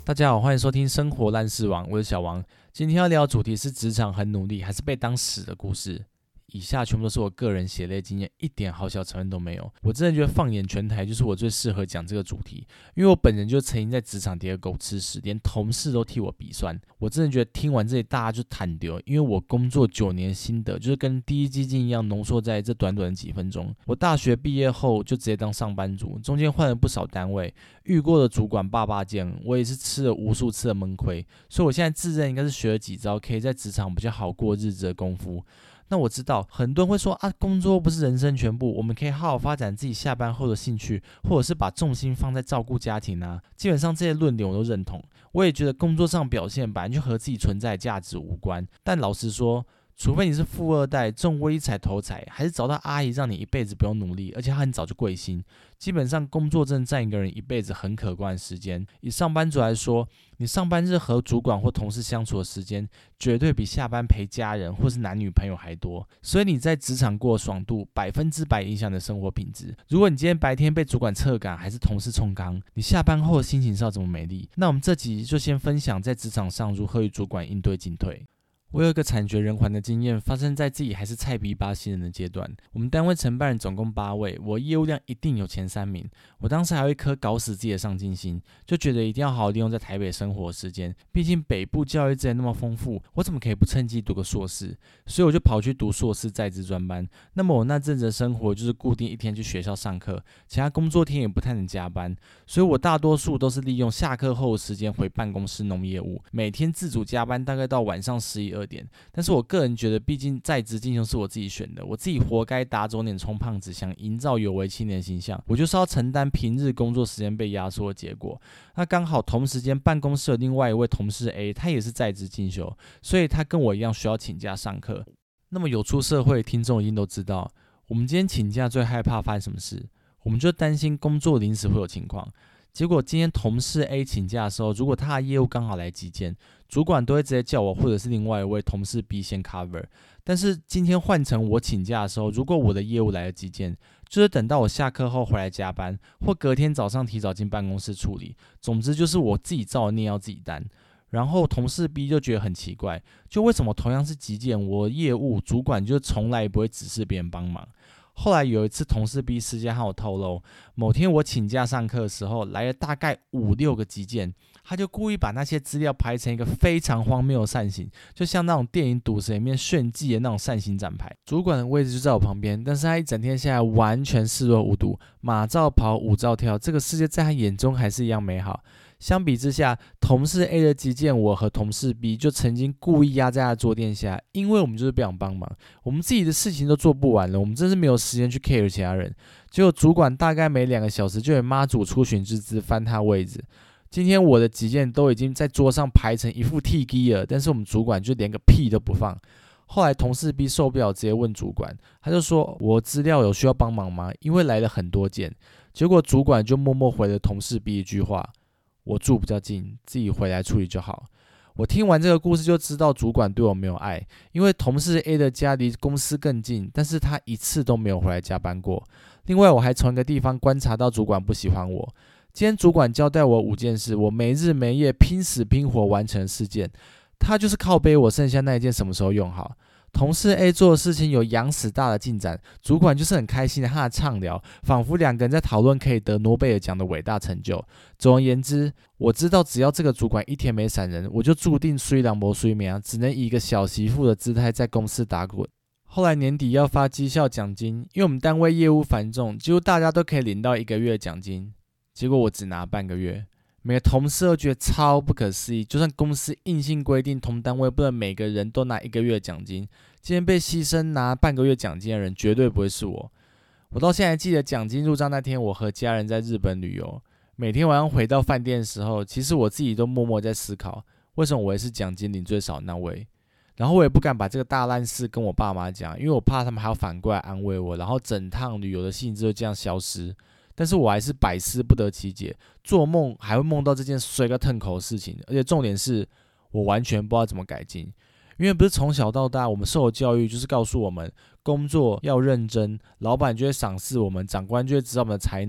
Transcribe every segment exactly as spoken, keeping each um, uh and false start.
大家好，欢迎收听生活烂事王，我是小王。今天要聊的主题是职场很努力还是被当屎的故事。以下全部都是我个人血泪经验，一点好小成分都没有。我真的觉得放眼全台，就是我最适合讲这个主题，因为我本人就曾经在职场跌个狗吃屎，连同事都替我鼻酸。我真的觉得听完这里大家就坦丢，因为我工作九年心得就是跟第一基金一样浓缩在这短短的几分钟。我大学毕业后就直接当上班族，中间换了不少单位，遇过的主管爸爸见，我也是吃了无数次的闷亏，所以我现在自认应该是学了几招可以在职场比较好过日子的功夫。那我知道很多人会说啊，工作不是人生全部，我们可以好好发展自己下班后的兴趣，或者是把重心放在照顾家庭啊。基本上这些论点我都认同，我也觉得工作上表现本来就和自己存在的价值无关。但老实说，除非你是富二代中威彩头彩，还是找到阿姨让你一辈子不用努力，而且她很早就贵薪，基本上工作真的占一个人一辈子很可观的时间。以上班族来说，你上班日和主管或同事相处的时间绝对比下班陪家人或是男女朋友还多，所以你在职场过的爽度百分之百影响你的生活品质。如果你今天白天被主管撤赶还是同事冲康，你下班后的心情是要怎么美丽？那我们这集就先分享在职场上如何与主管应对进退。我有一个惨绝人寰的经验，发生在自己还是菜逼八新人的阶段。我们单位承办人总共八位，我业务量一定有前三名。我当时还有一颗搞死自己的上进心，就觉得一定要好好利用在台北生活的时间。毕竟北部教育资源那么丰富，我怎么可以不趁机读个硕士？所以我就跑去读硕士在职专班。那么我那阵子的生活就是固定一天去学校上课，其他工作天也不太能加班，所以我大多数都是利用下课后的时间回办公室弄业务，每天自主加班大概到晚上十一二点。但是我个人觉得，毕竟在职进修是我自己选的，我自己活该打肿脸充胖子，想营造有为青年形象，我就是要承担平日工作时间被压缩的结果。那刚好同时间办公室有另外一位同事 A， 他也是在职进修，所以他跟我一样需要请假上课。那么有出社会的听众一定都知道，我们今天请假最害怕发生什么事，我们就担心工作临时会有情况。结果今天同事 A 请假的时候，如果他的业务刚好来急件，主管都会直接叫我或者是另外一位同事 B 先 cover。但是今天换成我请假的时候，如果我的业务来了急件，就是等到我下课后回来加班，或隔天早上提早进办公室处理。总之就是我自己照的念要自己担。然后同事 B 就觉得很奇怪，就为什么同样是急件，我业务主管就从来不会指示别人帮忙。后来有一次，同事 B 私下和我透露，某天我请假上课的时候，来了大概五六个急件，他就故意把那些资料排成一个非常荒谬的扇形，就像那种电影《赌神》里面炫技的那种扇形展排。主管的位置就在我旁边，但是他一整天下来完全视若无睹，马照跑，舞照跳，这个世界在他眼中还是一样美好。相比之下，同事 A 的急件，我和同事 B 就曾经故意压在他的桌垫下，因为我们就是不想帮忙，我们自己的事情都做不完了，我们真是没有时间去 care 其他人。结果主管大概每两个小时就有妈祖出巡之姿翻他位置。今天我的急件都已经在桌上排成一副 T 机了，但是我们主管就连个屁都不放。后来同事 B 受不了，直接问主管，他就说我资料有需要帮忙吗？因为来了很多件。结果主管就默默回了同事 B 一句话，我住比较近，自己回来处理就好。我听完这个故事就知道主管对我没有爱，因为同事 A 的家离公司更近，但是他一次都没有回来加班过。另外我还从一个地方观察到主管不喜欢我。今天主管交代我五件事，我没日没夜拼死拼活完成四件，他就是靠背我剩下那一件什么时候用好。同事 A 做的事情有养死大的进展，主管就是很开心的和他畅聊，仿佛两个人在讨论可以得诺贝尔奖的伟大成就。总而言之，我知道只要这个主管一天没闪人，我就注定虽然没虽命，只能以一个小媳妇的姿态在公司打滚。后来年底要发绩效奖金，因为我们单位业务繁重，几乎大家都可以领到一个月的奖金，结果我只拿半个月。每个同事都觉得超不可思议，就算公司硬性规定同单位不能每个人都拿一个月的奖金，今天被牺牲拿半个月奖金的人绝对不会是我。我到现在还记得奖金入账那天，我和家人在日本旅游，每天晚上回到饭店的时候，其实我自己都默默在思考，为什么我也是奖金领最少的那位。然后我也不敢把这个大烂事跟我爸妈讲，因为我怕他们还要反过来安慰我，然后整趟旅游的兴致就这样消失。但是我还是百思不得其解，做梦还会梦到这件水个腾口的事情，而且重点是我完全不知道怎么改进。因为不是从小到大我们受的教育就是告诉我们工作要认真，老板就会赏识我们，长官就会知道我们的才能，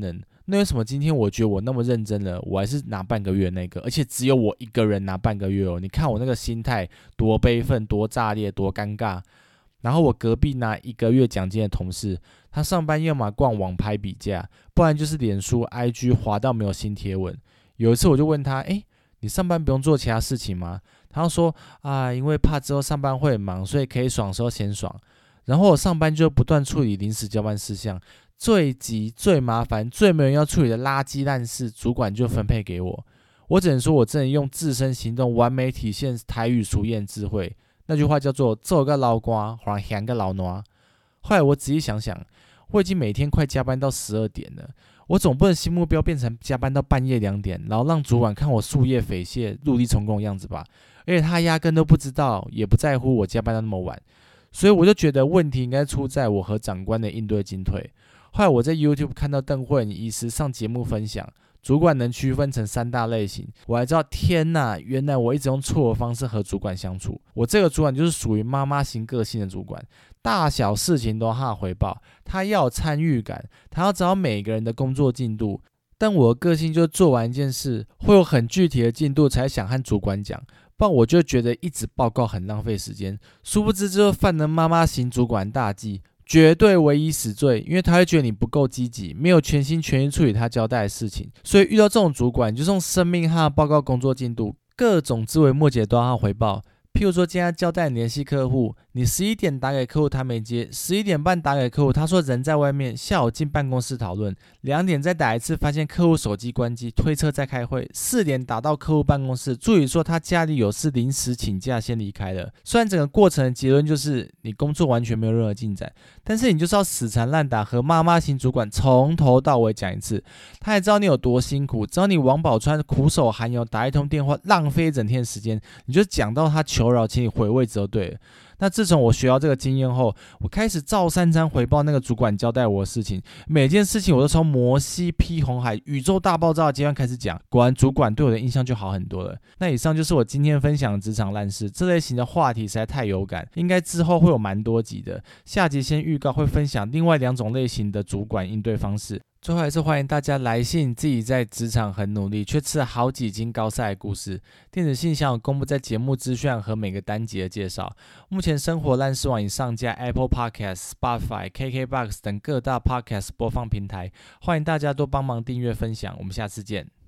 那为什么今天我觉得我那么认真了，我还是拿半个月那个，而且只有我一个人拿半个月哦？你看我那个心态多悲愤、多炸裂、多尴尬。然后我隔壁拿一个月奖金的同事，他上班要么逛网拍比价，不然就是脸书 I G 滑到没有新贴文。有一次我就问他，诶，你上班不用做其他事情吗？他说啊，因为怕之后上班会很忙，所以可以爽的时候先爽。然后我上班就不断处理临时交办事项，最急、最麻烦、最没人要处理的垃圾烂事，主管就分配给我。我只能说，我真的用自身行动完美体现台语俗谚智慧。那句话叫做做个老瓜，还嫌个老挪。后来我仔细想想，我已经每天快加班到十二点了，我总不能新目标变成加班到半夜两点，然后让主管看我夙夜匪懈、陆地成功的样子吧。而且他压根都不知道，也不在乎我加班到那么晚，所以我就觉得问题应该出在我和长官的应对进退。后来我在 YouTube 看到邓慧颖医师上节目分享，主管能区分成三大类型，我还知道，天哪，原来我一直用错的方式和主管相处。我这个主管就是属于妈妈型个性的主管，大小事情都他回报，他要有参与感，他要知道每个人的工作进度。但我的个性就是做完一件事，会有很具体的进度才想和主管讲，不然我就觉得一直报告很浪费时间。殊不知就犯了妈妈型主管大忌，绝对唯一死罪，因为他会觉得你不够积极，没有全心全意处理他交代的事情。所以遇到这种主管，你就是用生命和他报告工作进度，各种枝微末节都要他回报。譬如说，今天交代联系客户，你十一点打给客户，他没接；十一点半打给客户，他说人在外面，下午进办公室讨论。两点再打一次，发现客户手机关机，推车在开会。四点打到客户办公室，助理说他家里有事，临时请假先离开了。虽然整个过程的结论就是你工作完全没有任何进展，但是你就是要死缠烂打，和妈妈型主管从头到尾讲一次。他也知道你有多辛苦，知道你王宝钏苦守寒窑打一通电话，浪费一整天的时间，你就讲到他求饶，请你回位置就对了。那自从我学到这个经验后，我开始照三餐回报那个主管交代我的事情，每件事情我都从摩西劈红海、宇宙大爆炸的阶段开始讲，果然主管对我的印象就好很多了。那以上就是我今天分享的职场烂事，这类型的话题实在太有感，应该之后会有蛮多集的。下集先预告会分享另外两种类型的主管应对方式。最后还是欢迎大家来信自己在职场很努力却吃了好几斤高赛的故事，电子信箱有公布在节目资讯和每个单集的介绍。目前生活烂事网已上架 Apple Podcast、Spotify、K K Box 等各大 Podcast 播放平台，欢迎大家多帮忙订阅分享，我们下次见。